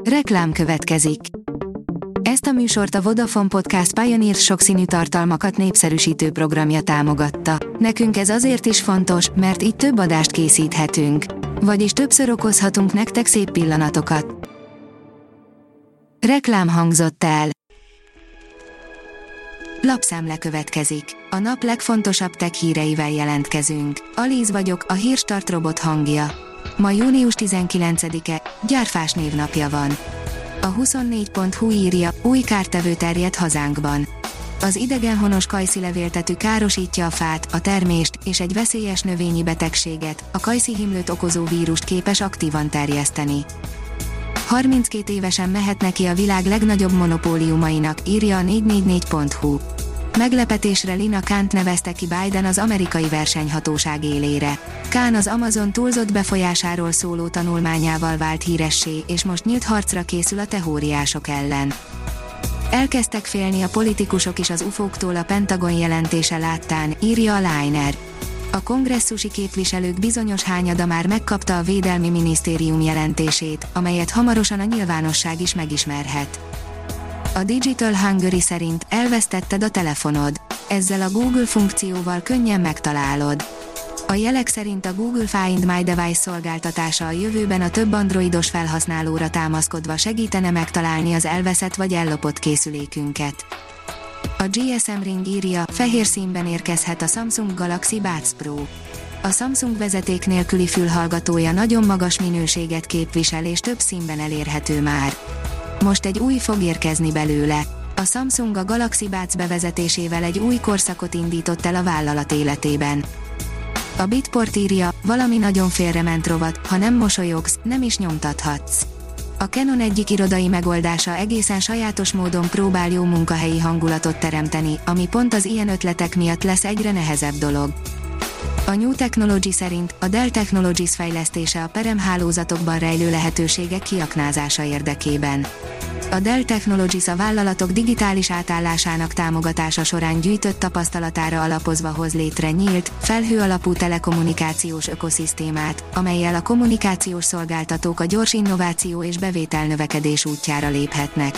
Reklám következik. Ezt a műsort a Vodafone Podcast Pioneer sokszínű tartalmakat népszerűsítő programja támogatta. Nekünk ez azért is fontos, mert így több adást készíthetünk. Vagyis többször okozhatunk nektek szép pillanatokat. Reklám hangzott el. Lapszemle következik. A nap legfontosabb tech híreivel jelentkezünk. Alíz vagyok, a Hírstart robot hangja. Ma június 19-e, Gyárfás névnapja van. A 24.hu írja, új kártevő terjed hazánkban. Az idegenhonos kajszilevéltető károsítja a fát, a termést és egy veszélyes növényi betegséget, a kajszihimlőt okozó vírust képes aktívan terjeszteni. 32 évesen mehet neki a világ legnagyobb monopóliumainak, írja a 444.hu. Meglepetésre Lina Khan-t nevezte ki Biden az amerikai versenyhatóság élére. Khan az Amazon túlzott befolyásáról szóló tanulmányával vált híressé, és most nyílt harcra készül a teóriások ellen. Elkezdtek félni a politikusok is az UFO-któl a Pentagon jelentése láttán, írja a Liner. A kongresszusi képviselők bizonyos hányada már megkapta a Védelmi Minisztérium jelentését, amelyet hamarosan a nyilvánosság is megismerhet. A Digital Hungary szerint elvesztetted a telefonod. Ezzel a Google funkcióval könnyen megtalálod. A jelek szerint a Google Find My Device szolgáltatása a jövőben a több androidos felhasználóra támaszkodva segítene megtalálni az elveszett vagy ellopott készülékünket. A GSM Ring írja, fehér színben érkezhet a Samsung Galaxy Buds Pro. A Samsung vezeték nélküli fülhallgatója nagyon magas minőséget képvisel és több színben elérhető már. Most egy új fog érkezni belőle. A Samsung a Galaxy Buds bevezetésével egy új korszakot indított el a vállalat életében. A Bitport írja, valami nagyon félrement rovat, ha nem mosolyogsz, nem is nyomtathatsz. A Canon egyik irodai megoldása egészen sajátos módon próbál jó munkahelyi hangulatot teremteni, ami pont az ilyen ötletek miatt lesz egyre nehezebb dolog. A New Technology szerint a Dell Technologies fejlesztése a peremhálózatokban rejlő lehetőségek kiaknázása érdekében. A Dell Technologies a vállalatok digitális átállásának támogatása során gyűjtött tapasztalatára alapozva hoz létre nyílt, felhő alapú telekommunikációs ökoszisztémát, amellyel a kommunikációs szolgáltatók a gyors innováció és bevételnövekedés útjára léphetnek.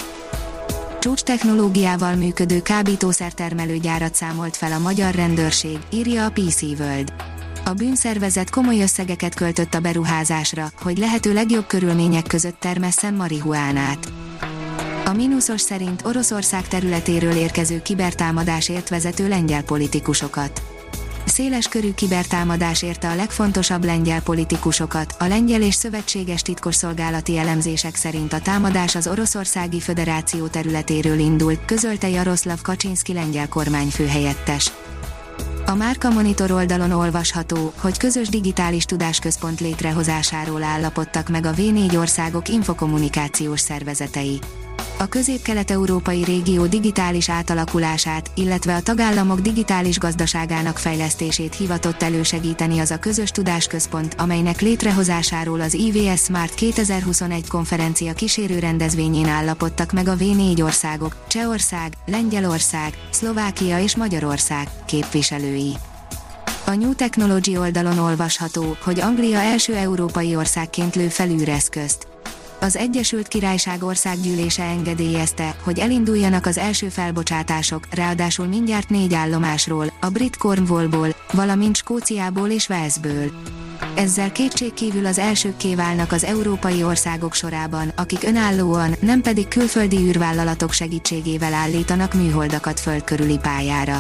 Csúcs technológiával működő kábítószertermelő gyárat számolt fel a magyar rendőrség, írja a PC World. A bűnszervezet komoly összegeket költött a beruházásra, hogy lehető legjobb körülmények között termesszen marihuánát. A Minusos szerint Oroszország területéről érkező kibertámadásért vezető lengyel politikusokat. Széles körű kibertámadás érte a legfontosabb lengyel politikusokat, a lengyel és szövetséges titkosszolgálati elemzések szerint a támadás az Oroszországi Föderáció területéről indult, közölte Jaroszlav Kaczynszki lengyel kormányfőhelyettes. A Márka Monitor oldalon olvasható, hogy közös digitális tudásközpont létrehozásáról állapodtak meg a V4 országok infokommunikációs szervezetei. A közép-kelet-európai régió digitális átalakulását, illetve a tagállamok digitális gazdaságának fejlesztését hivatott elősegíteni az a közös tudásközpont, amelynek létrehozásáról az IVS Smart 2021 konferencia kísérő rendezvényén állapodtak meg a V4 országok, Csehország, Lengyelország, Szlovákia és Magyarország képviselői. A New Technology oldalon olvasható, hogy Anglia első európai országként lő fel űreszközt. Az Egyesült Királyság országgyűlése engedélyezte, hogy elinduljanak az első felbocsátások, ráadásul mindjárt 4 állomásról, a brit Cornwallból, valamint Skóciából és Walesből. Ezzel kétségkívül az elsőkké válnak az európai országok sorában, akik önállóan, nem pedig külföldi űrvállalatok segítségével állítanak műholdakat föld körüli pályára.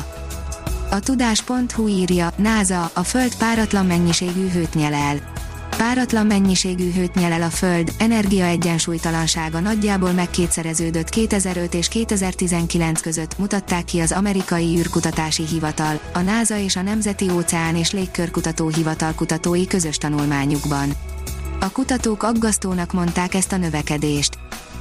A tudás.hu írja, NASA, a Föld páratlan mennyiségű hőt nyel el. Páratlan mennyiségű hőt nyel el a Föld, energiaegyensúlytalansága nagyjából megkétszereződött 2005 és 2019 között, mutatták ki az Amerikai űrkutatási hivatal, a NASA és a Nemzeti Óceán és Légkörkutató Hivatal kutatói közös tanulmányukban. A kutatók aggasztónak mondták ezt a növekedést.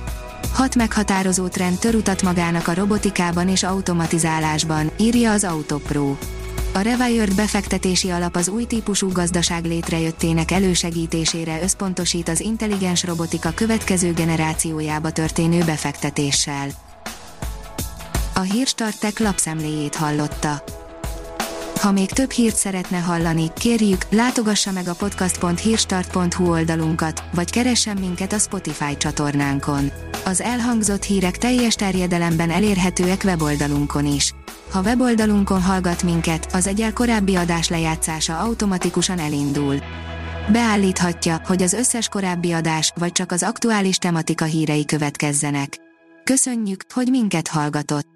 6 meghatározó trend tör utat magának a robotikában és automatizálásban, írja az Autopro. A Rewired befektetési alap az új típusú gazdaság létrejöttének elősegítésére összpontosít az intelligens robotika következő generációjába történő befektetéssel. A Hírstart Tech lapszemléjét hallotta. Ha még több hírt szeretne hallani, kérjük, látogassa meg a podcast.hírstart.hu oldalunkat, vagy keressen minket a Spotify csatornánkon. Az elhangzott hírek teljes terjedelemben elérhetőek weboldalunkon is. Ha weboldalunkon hallgat minket, az egyel korábbi adás lejátszása automatikusan elindul. Beállíthatja, hogy az összes korábbi adás, vagy csak az aktuális tematika hírei következzenek. Köszönjük, hogy minket hallgatott!